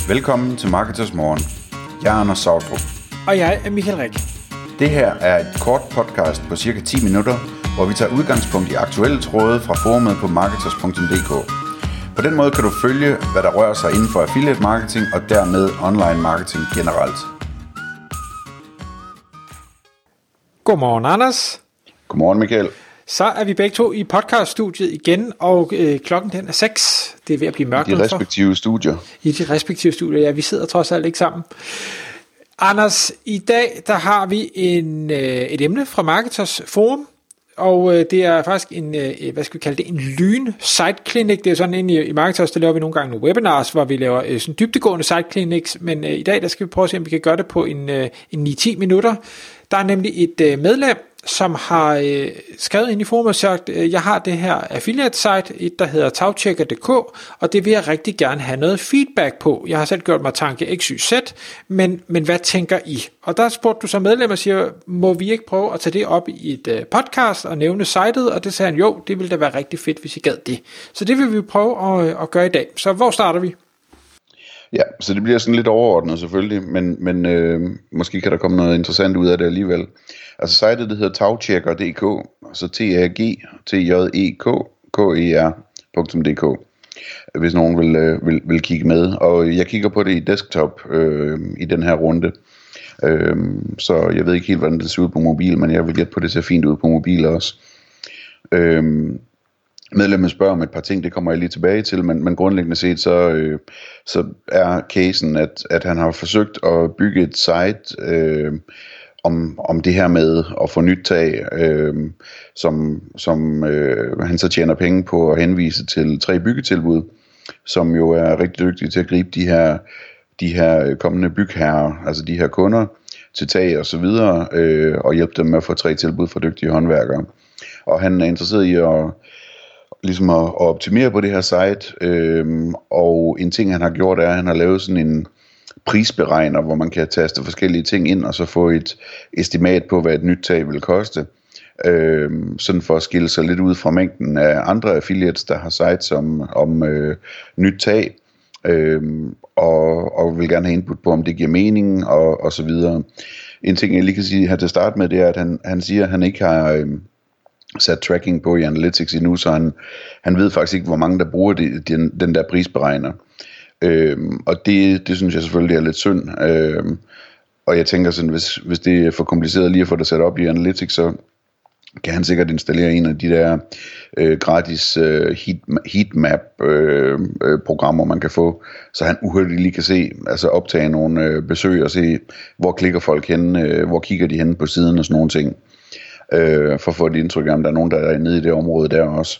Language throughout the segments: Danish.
Velkommen til Marketers Morgen. Jeg er Anders Sautrup. Og jeg er Michael Rik. Det her er et kort podcast på cirka 10 minutter, hvor vi tager udgangspunkt i aktuelle tråde fra forumet på marketers.dk. På den måde kan du følge, hvad der rører sig inden for affiliate marketing og dermed online marketing generelt. Godmorgen, Anders. Godmorgen, Michael. Så er vi begge to i podcaststudiet igen, og klokken den er 6. Det er ved at blive mørkt. I de respektive studier. I de respektive studier, ja. Vi sidder trods alt ikke sammen. Anders, i dag der har vi et emne fra Marketers Forum, og det er faktisk hvad skal vi kalde det, en lyn-site-clinic. Det er sådan inde i Marketers, der laver vi nogle gange nogle webinars, hvor vi laver sådan dybdegående site-clinics, men i dag der skal vi prøve at se, om vi kan gøre det på en 9-10 minutter. Der er nemlig et medlem, som har skrevet ind i forumet og sagt, jeg har det her affiliate site, et der hedder tagtjekker.dk, og det vil jeg rigtig gerne have noget feedback på. Jeg har selv gjort mig tanke XYZ, men hvad tænker I? Og der spurgte du så medlem og siger, må vi ikke prøve at tage det op i et podcast og nævne sitet? Og det sagde han, jo, det ville da være rigtig fedt, hvis I gad det. Så det vil vi prøve at gøre i dag. Så hvor starter vi? Ja, så det bliver sådan lidt overordnet selvfølgelig, men måske kan der komme noget interessant ud af det alligevel. Altså sitet det hedder tagtjekker.dk, altså tagtjekker.dk, hvis nogen vil kigge med. Og jeg kigger på det i desktop i den her runde, så jeg ved ikke helt, hvordan det ser ud på mobil, men jeg vil gætte på, det ser fint ud på mobil også. Medlemmet spørger om et par ting, det kommer jeg lige tilbage til, men grundlæggende set, så er casen, at han har forsøgt at bygge et site om det her med at få nyt tag, som han så tjener penge på at henvise til 3 byggetilbud, som jo er rigtig dygtige til at gribe de her kommende bygherrer, altså de her kunder, til tag og så videre, og hjælpe dem med at få 3 tilbud fra dygtige håndværkere. Og han er interesseret i at optimere på det her site, og en ting han har gjort er, at han har lavet sådan en prisberegner, hvor man kan taste forskellige ting ind, og så få et estimat på, hvad et nyt tag vil koste, sådan for at skille sig lidt ud fra mængden af andre affiliates, der har sites om nyt tag, og vil gerne have input på, om det giver mening, og så videre. En ting, jeg lige kan sige her til start med, det er, at han siger, at han ikke har sat tracking på i Analytics endnu, så han ved faktisk ikke, hvor mange der bruger den der prisberegner. Og det synes jeg selvfølgelig er lidt synd. Og jeg tænker sådan, hvis det er for kompliceret lige at få det sat op i Analytics, så kan han sikkert installere en af de der gratis heatmap programmer, man kan få, så han uhørligt lige kan se, altså optage nogle besøg og se, hvor klikker folk henne, hvor kigger de henne på siden og sådan nogle ting. For at få et indtryk af, om der er nogen, der er nede i det område der også.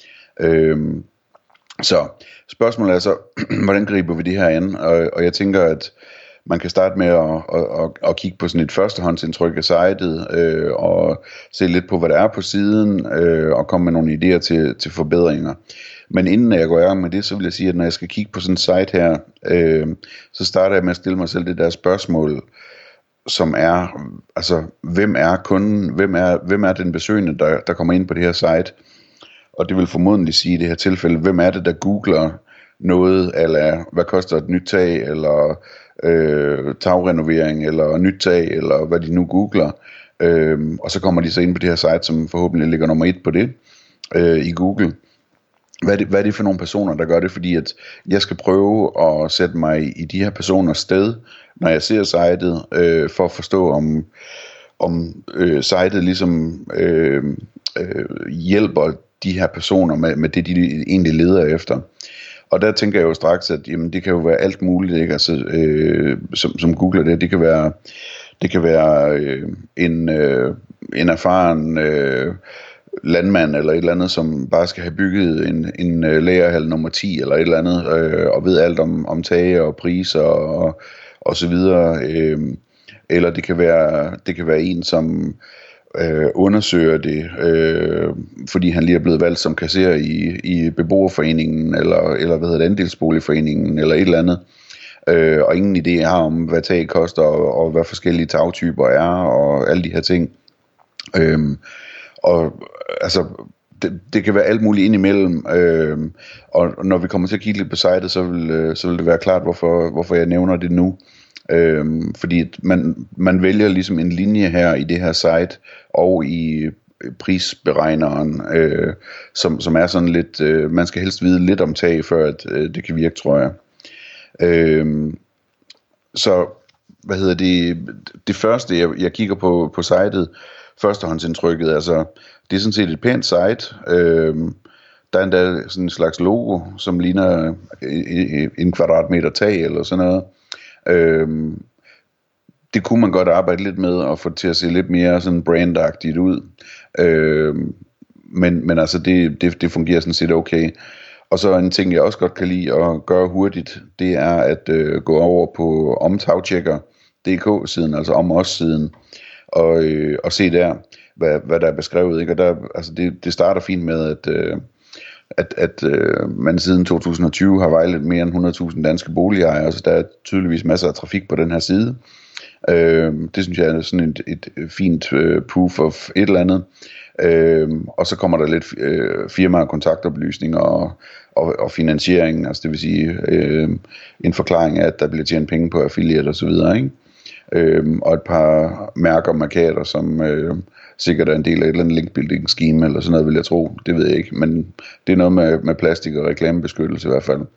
Så spørgsmålet er så, hvordan griber vi det her an? Og jeg tænker, at man kan starte med at kigge på sådan et førstehåndsindtryk af sitet, og se lidt på, hvad der er på siden, og komme med nogle idéer til forbedringer. Men inden jeg går i gang med det, så vil jeg sige, at når jeg skal kigge på sådan et site her, så starter jeg med at stille mig selv det der spørgsmål, som er, altså, hvem er kunden, hvem er den besøgende, der kommer ind på det her site, og det vil formodentlig sige i det her tilfælde, hvem er det, der googler noget, eller hvad koster et nyt tag, eller tagrenovering, eller nyt tag, eller hvad de nu googler, og så kommer de så ind på det her site, som forhåbentlig ligger nummer 1 på det, i Google. Hvad er det for nogle personer, der gør det? Fordi at jeg skal prøve at sætte mig i de her personers sted, når jeg ser sitet, for at forstå, om sitet ligesom hjælper de her personer med det, de egentlig leder efter. Og der tænker jeg jo straks, at jamen, det kan jo være alt muligt, ikke? Altså, som googler det. Det kan være en erfaren landmand eller et eller andet, som bare skal have bygget en lagerhal nummer 10 eller et eller andet, og ved alt om tage og priser og så videre. Eller det kan være en, som undersøger det, fordi han lige er blevet valgt som kasserer i beboerforeningen, eller hvad hedder det, andelsboligforeningen, eller et eller andet, og ingen idé har om, hvad tag koster, og hvad forskellige tagtyper er, og alle de her ting. Og altså, det kan være alt muligt indimellem, og når vi kommer til at kigge lidt på sitet, så vil det være klart, hvorfor jeg nævner det nu. Fordi man vælger ligesom en linje her i det her site, og i prisberegneren, som er sådan lidt, man skal helst vide lidt om tag, før at det kan virke, tror jeg. Så, det første, jeg kigger på sitet, førstehåndsindtrykket, altså, det er sådan set et pænt site. Der er endda sådan en slags logo, som ligner en kvadratmeter tag, eller sådan noget. Det kunne man godt arbejde lidt med, og få det til at se lidt mere sådan brandagtigt ud. Men altså, det fungerer sådan set okay. Og så en ting, jeg også godt kan lide at gøre hurtigt, det er at gå over på omtagtjekker.dk-siden, altså om os-siden, og se der, hvad der er beskrevet, ikke? Og der, altså det starter fint med, at man siden 2020 har vejledt mere end 100.000 danske boligejere, så der er tydeligvis masser af trafik på den her side. Det synes jeg er sådan et fint proof of et eller andet. Og så kommer der lidt firma- og kontaktoplysninger og finansiering, altså det vil sige en forklaring af, at der bliver tjent penge på affiliate og så videre, ikke? Og et par mærker og markader, som sikkert er en del af et eller andet linkbuilding scheme eller sådan noget, vil jeg tro. Det ved jeg ikke, men det er noget med plastik og reklamebeskyttelse i hvert fald.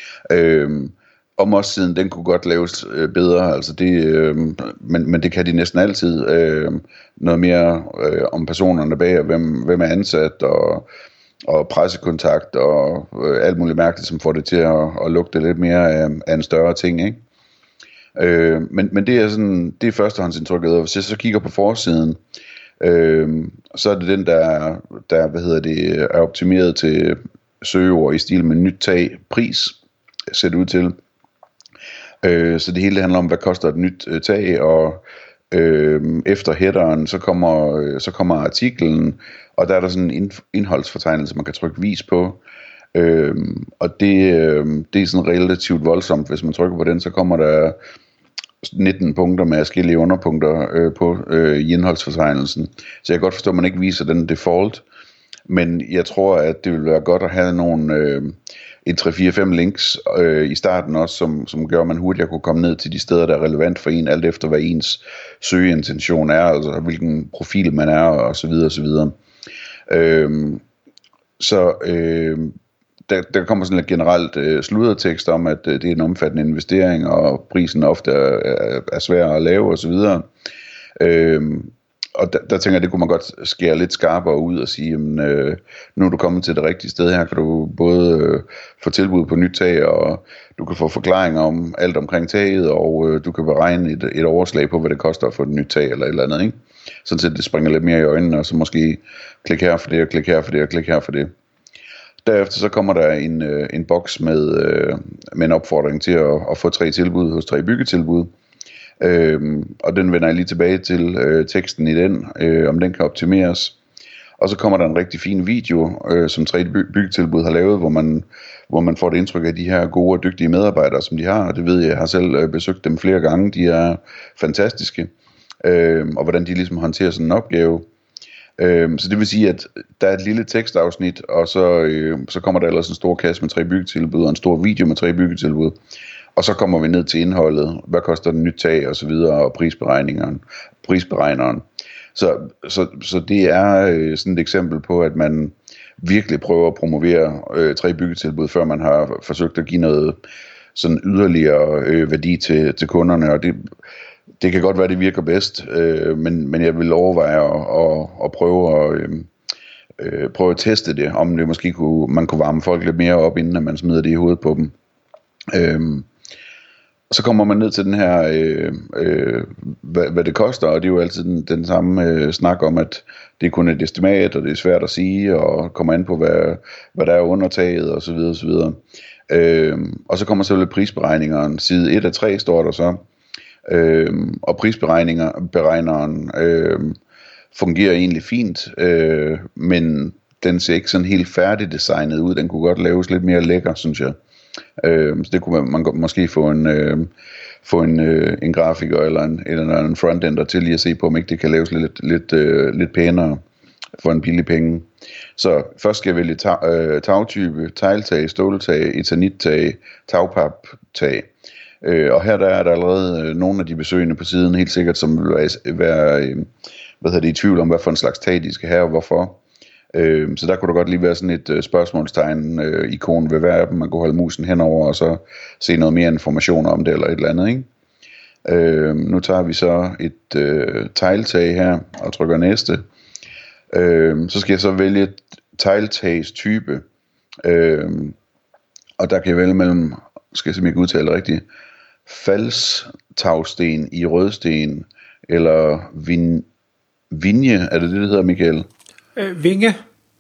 Om også siden, den kunne godt laves bedre, altså det, men det kan de næsten altid. Noget mere om personerne bag, og hvem er ansat, og pressekontakt, og alt muligt mærkeligt, som får det til at lugte lidt mere af en større ting, ikke? Men det er sådan, det er førstehåndsindtrykket, og hvis jeg så kigger på forsiden, så er det den, der er optimeret til søgeord i stil med nyt tag, pris, ser det ud til. Så det hele handler om, hvad koster et nyt tag, og efter headeren, så kommer artiklen, og der er der sådan en indholdsfortegnelse, man kan trykke vis på, og det er sådan relativt voldsomt. Hvis man trykker på den, så kommer der 19 punkter med forskellige underpunkter på i indholdsfortegnelsen. Så jeg kan godt forstå, at man ikke viser den default, men jeg tror, at det vil være godt at have nogle en 3-4-5 links i starten også, som gør, at man hurtigt kunne komme ned til de steder, der er relevant for en, alt efter hvad ens søgeintention er, altså hvilken profil man er, og så videre, og så videre. Der kommer sådan lidt generelt sluddertekst om, at det er en omfattende investering, og prisen ofte er svær at lave, og så videre. Og der tænker jeg, det kunne man godt skære lidt skarpere ud og sige, jamen, nu er du kommet til det rigtige sted her, kan du både få tilbud på nyt tag, og du kan få forklaringer om alt omkring taget, og du kan beregne et overslag på, hvad det koster at få et nyt tag, eller et eller andet, ikke? Sådan set det springer lidt mere i øjnene, og så måske klik her for det, og klik her for det, og klik her for det. Derefter så kommer der en boks med en opfordring til at få 3 tilbud hos 3 byggetilbud. Og den vender jeg lige tilbage til teksten i den, om den kan optimeres. Og så kommer der en rigtig fin video, som 3 byggetilbud har lavet, hvor man får et indtryk af de her gode og dygtige medarbejdere, som de har. Og det ved jeg har selv besøgt dem flere gange. De er fantastiske. Og hvordan de ligesom håndterer sådan en opgave. Så det vil sige, at der er et lille tekstafsnit, og så kommer der ellers en stor kasse med 3 byggetilbud, og en stor video med 3 byggetilbud. Og så kommer vi ned til indholdet, hvad koster den nyt tag og så videre, og prisberegneren. Så det er sådan et eksempel på, at man virkelig prøver at promovere 3 byggetilbud, før man har forsøgt at give noget sådan yderligere værdi til kunderne, og det kan godt være, det virker bedst, men jeg vil overveje at prøve at teste det, om det måske man kunne varme folk lidt mere op, inden man smider det i hovedet på dem. Så kommer man ned til den her, hvad det koster, og det er jo altid den samme snak om, at det er kun et estimat, og det er svært at sige, og kommer an på, hvad der er undertaget, og så videre, og så videre. Og så kommer selvfølgelig prisberegningeren, side 1 af 3 står der så, og prisberegneren fungerer egentlig fint, men den ser ikke sådan helt færdigdesignet ud. Den kunne godt laves lidt mere lækker, synes jeg. Så det kunne man måske få en grafiker eller en frontender til lige at se på, om ikke det kan laves lidt pænere. for en billig penge. Så først skal jeg vælge tagtype, tegltag, ståltag, etanittag, tagpaptag. Og her der er der allerede nogle af de besøgende på siden, helt sikkert, som vil være i tvivl om, hvad for en slags tag de skal have, og hvorfor. Så der kunne der godt lige være sådan et spørgsmålstegn ikon ved hver af dem, man kunne holde musen henover, og så se noget mere information om det, eller et eller andet, ikke? Nu tager vi så et tegltag her, og trykker næste. Så skal jeg så vælge tegltags type. Og der kan jeg vælge mellem, skal jeg simpelthen udtale det rigtigt, falstagsten i rødsten, eller vinge, er det hedder, Michael? Vinge.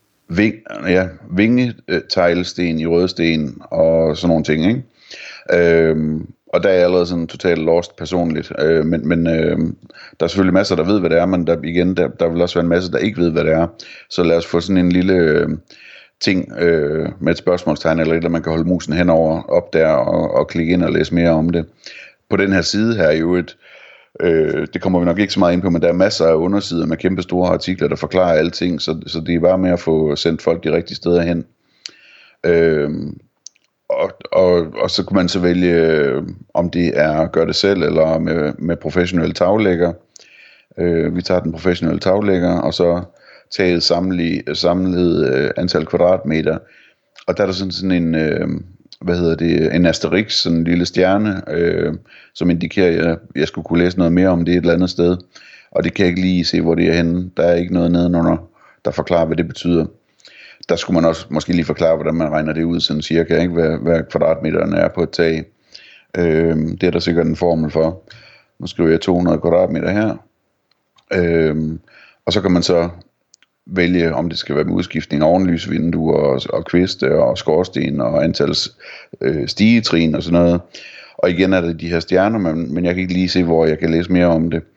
Vingeteglsten i rødsten, og sådan nogle ting, ikke? Og der er jeg allerede sådan totalt lost personligt, men der er selvfølgelig masser, der ved, hvad det er, men der vil også være en masse, der ikke ved, hvad det er. Så lad os få sådan en lille ting med et spørgsmålstegn, eller et, eller man kan holde musen henover op der, og klikke ind og læse mere om det. På den her side her er jo det kommer vi nok ikke så meget ind på, men der er masser af undersider med kæmpe store artikler, der forklarer alting, så det er bare med at få sendt folk de rigtige steder hen. Og så kunne man så vælge, om det er gør det selv, eller med professionelle taglægger. Vi tager den professionelle taglægger, og så taget samlet antal kvadratmeter. Og der er der sådan en, en asterix, sådan en lille stjerne, som indikerer, at jeg skulle kunne læse noget mere om det et eller andet sted. Og det kan jeg ikke lige se, hvor det er henne. Der er ikke noget nedenunder, der forklarer, hvad det betyder. Der skulle man også måske lige forklare, hvordan man regner det ud, sådan cirka, ikke? Hvad kvadratmeterne er på et tag. Det er der sikkert en formel for. Nu skriver jeg 200 kvadratmeter her. Og så kan man så vælge, om det skal være med udskiftning af ovenlysvinduer og kviste og skorsten og antal stigetrin og sådan noget. Og igen er det de her stjerner, men jeg kan ikke lige se, hvor jeg kan læse mere om det.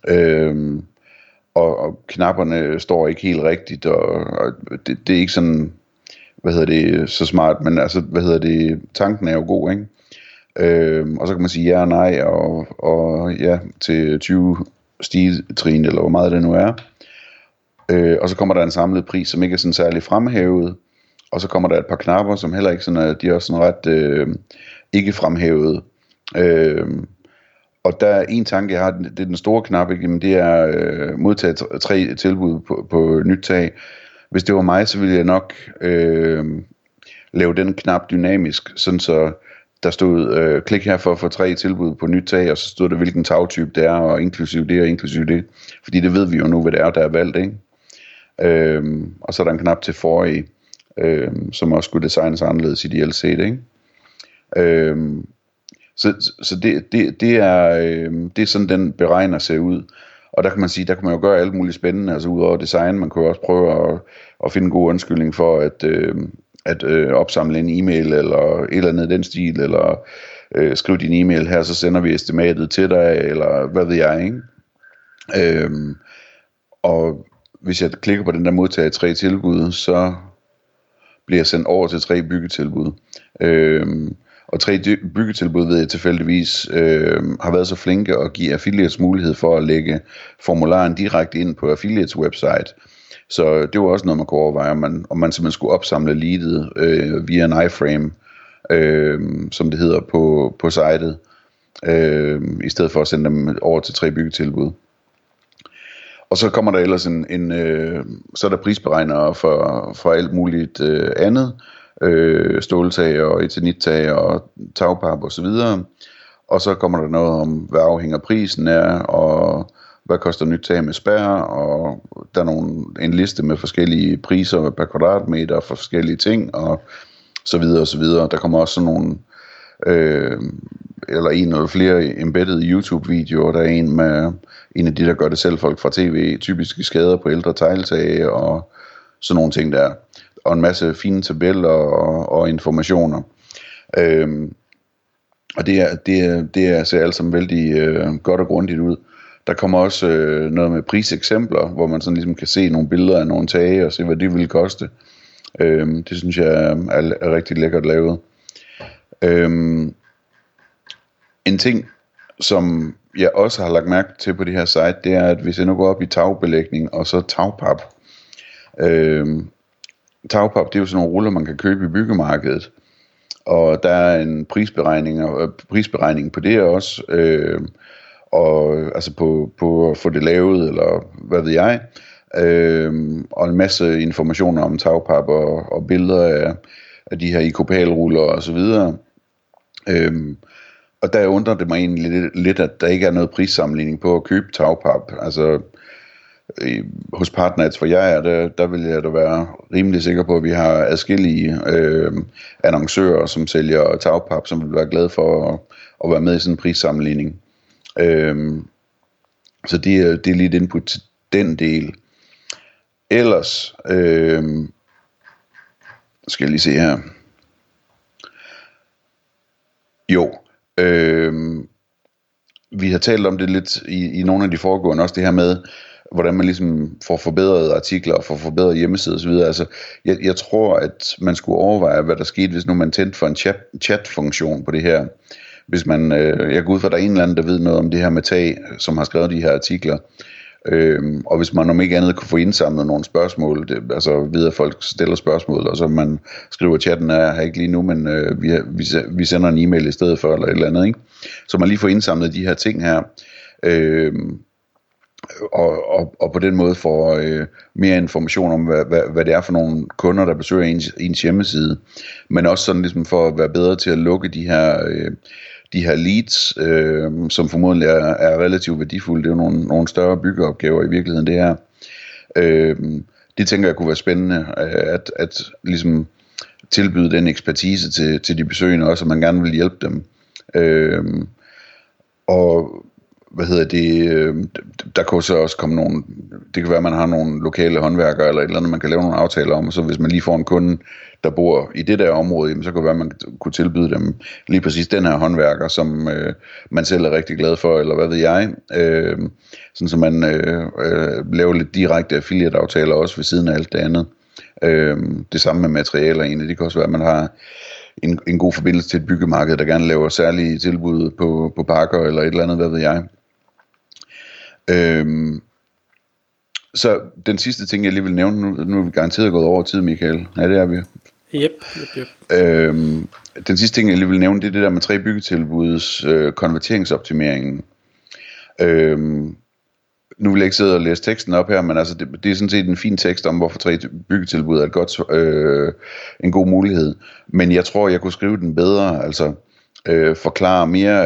Og knapperne står ikke helt rigtigt, og det er ikke sådan, så smart, men altså, tanken er jo god, ikke? Og så kan man sige ja og nej, og ja til 20 stigetrin, eller hvor meget det nu er. Og så kommer der en samlet pris, som ikke er sådan særlig fremhævet, og så kommer der et par knapper, som heller ikke sådan er, de er også sådan ret ikke fremhævet. Og der er en tanke, jeg har, det er den store knap, ikke? Jamen, det er modtage 3 tilbud på nyt tag. Hvis det var mig, så ville jeg nok lave den knap dynamisk, sådan så der stod klik her for at få 3 tilbud på nyt tag, og så stod der, hvilken tagtype det er, og inklusiv det og inklusiv det. Fordi det ved vi jo nu, hvad det er, der er valgt, ikke? Og så er der en knap til forrige, som også skulle designes anderledes ideelt set, ikke? Så det er sådan, den beregner ser ud. Og der kan man sige, der kan man jo gøre alt muligt spændende, altså udover design. Man kan jo også prøve at finde en god undskyldning for at opsamle en e-mail, eller et eller andet den stil, eller skriv din e-mail her, så sender vi estimatet til dig, eller hvad ved jeg, ikke? Og hvis jeg klikker på den der modtage 3 tilbud, så bliver jeg sendt over til 3 byggetilbud. Og 3 byggetilbud ved jeg tilfældigvis har været så flinke at give affiliates mulighed for at lægge formularen direkte ind på affiliates website. Så det var også noget, man kunne overveje, om man simpelthen skulle opsamle leadet via en iframe, som det hedder på sitet, i stedet for at sende dem over til 3 byggetilbud. Og så kommer der ellers så er der prisberegnere for alt muligt andet, ståltag og etanittag og tagpap og så videre. Og så kommer der noget om, hvad afhænger prisen er, og hvad koster nyt tag med spærre, og der er en liste med forskellige priser per kvadratmeter for forskellige ting, og så videre og så videre. Der kommer også sådan nogle, eller en eller flere embedded YouTube-videoer. Der er en med en af de, der gør det selv, folk fra tv, typiske skader på ældre tegltag, og sådan nogle ting der. Og en masse fine tabeller og informationer. Og det ser alt sammen vældig godt og grundigt ud. Der kommer også noget med priseksempler, hvor man sådan ligesom kan se nogle billeder af nogle tage, og se hvad det vil koste. Det synes jeg er rigtig lækkert lavet. En ting, som jeg også har lagt mærke til på det her site, det er, at hvis jeg nu går op i tagbelægning og så tagpap, Tagpap, det er jo sådan nogle ruller, man kan købe i byggemarkedet, og der er en prisberegning på det også, og altså på at få det lavet, eller hvad ved jeg, og en masse informationer om tagpap og billeder af de her IKPAL-ruller og så videre. Og der undrer det mig egentlig lidt, at der ikke er noget prissammenligning på at købe tagpap. Altså hos Partners, hvor jeg er, der vil jeg da være rimelig sikker på, at vi har adskillige annoncører, som sælger tagpap, som vil være glade for at være med i sådan en prissammenligning. Så det er lidt input til den del. Ellers skal jeg lige se her. Jo, vi har talt om det lidt i nogle af de foregående, også det her med, hvordan man ligesom får forbedret artikler og får forbedret hjemmesider osv. Altså, jeg tror, at man skulle overveje, hvad der skete, hvis nu man tændte for en chat-funktion på det her. Hvis man, jeg går ud fra, at der er en eller anden, der ved noget om det her med Tag, som har skrevet de her artikler. Og hvis man om ikke andet kunne få indsamlet nogle spørgsmål, altså ved at folk stiller spørgsmål, og så man skriver, chatten er her ikke lige nu, men vi sender en e-mail i stedet for, eller et eller andet, ikke? Så man lige får indsamlet de her ting her, og på den måde får mere information om, hvad det er for nogle kunder, der besøger ens hjemmeside, men også sådan ligesom for at være bedre til at lukke de her leads, som formodentlig er relativt værdifulde. Det er jo nogle større byggeopgaver i virkeligheden, det her. Det tænker jeg kunne være spændende, at ligesom tilbyde den ekspertise til de besøgende også, at man gerne vil hjælpe dem. Og der kan så også komme nogle, det kan være, at man har nogle lokale håndværkere eller et eller andet, man kan lave nogle aftaler om, og så hvis man lige får en kunde, der bor i det der område, så kan det være, at man kunne tilbyde dem lige præcis den her håndværker, som man selv er rigtig glad for, eller hvad ved jeg, sådan så man laver lidt direkte affiliate-aftaler også ved siden af alt det andet. Det samme med materialer egentlig, det kan også være, at man har en god forbindelse til et byggemarked, der gerne laver særlige tilbud på pakker eller et eller andet, hvad ved jeg. Så den sidste ting, jeg lige vil nævne, nu er vi garanteret gået over tid, Michael. Ja, det er vi. Yep. Den sidste ting, jeg lige vil nævne, det er det der med 3 byggetilbuds konverteringsoptimeringen. Nu vil jeg ikke sidde og læse teksten op her, men altså det er sådan set en fin tekst om, hvorfor 3 byggetilbud er en god mulighed. Men jeg tror, jeg kunne skrive den bedre, altså forklare mere,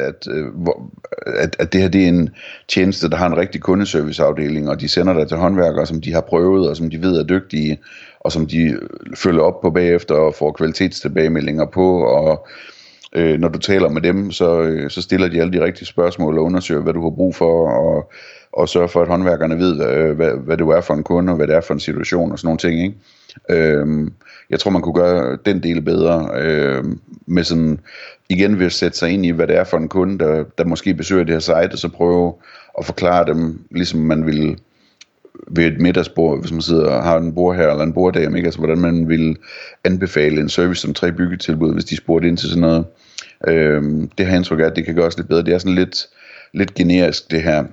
at det her det er en tjeneste, der har en rigtig kundeserviceafdeling, og de sender dig til håndværkere, som de har prøvet, og som de ved er dygtige, og som de følger op på bagefter og får kvalitetstilbagemeldinger på, og når du taler med dem, så stiller de alle de rigtige spørgsmål og undersøger, hvad du har brug for, og sørger for, at håndværkerne ved, hvad det er for en kunde, og hvad det er for en situation, og sådan nogle ting, ikke? Jeg tror, man kunne gøre den del bedre, med sådan, igen ved at sætte sig ind i, hvad det er for en kunde, der måske besøger det her site, og så prøve at forklare dem, ligesom man vil ved et middagsbord, hvis man sidder og har en bordherre eller en borddag, ikke? Altså hvordan man vil anbefale en service som 3 byggetilbud, hvis de spurgte ind til sådan noget. Det har indtryk af, at det kan gøres lidt bedre. Det er sådan lidt generisk, det her.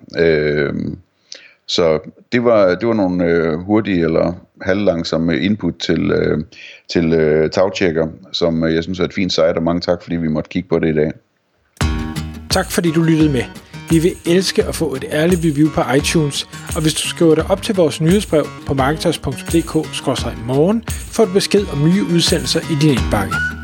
Så det var nogle hurtige eller halvlangsomme input til Tagchecker, som jeg synes er et fint site, og mange tak, fordi vi måtte kigge på det i dag. Tak fordi du lyttede med. Vi vil elske at få et ærligt review på iTunes, og hvis du skriver dig op til vores nyhedsbrev på marketers.dk/morgen, får du besked om nye udsendelser i din indbakke.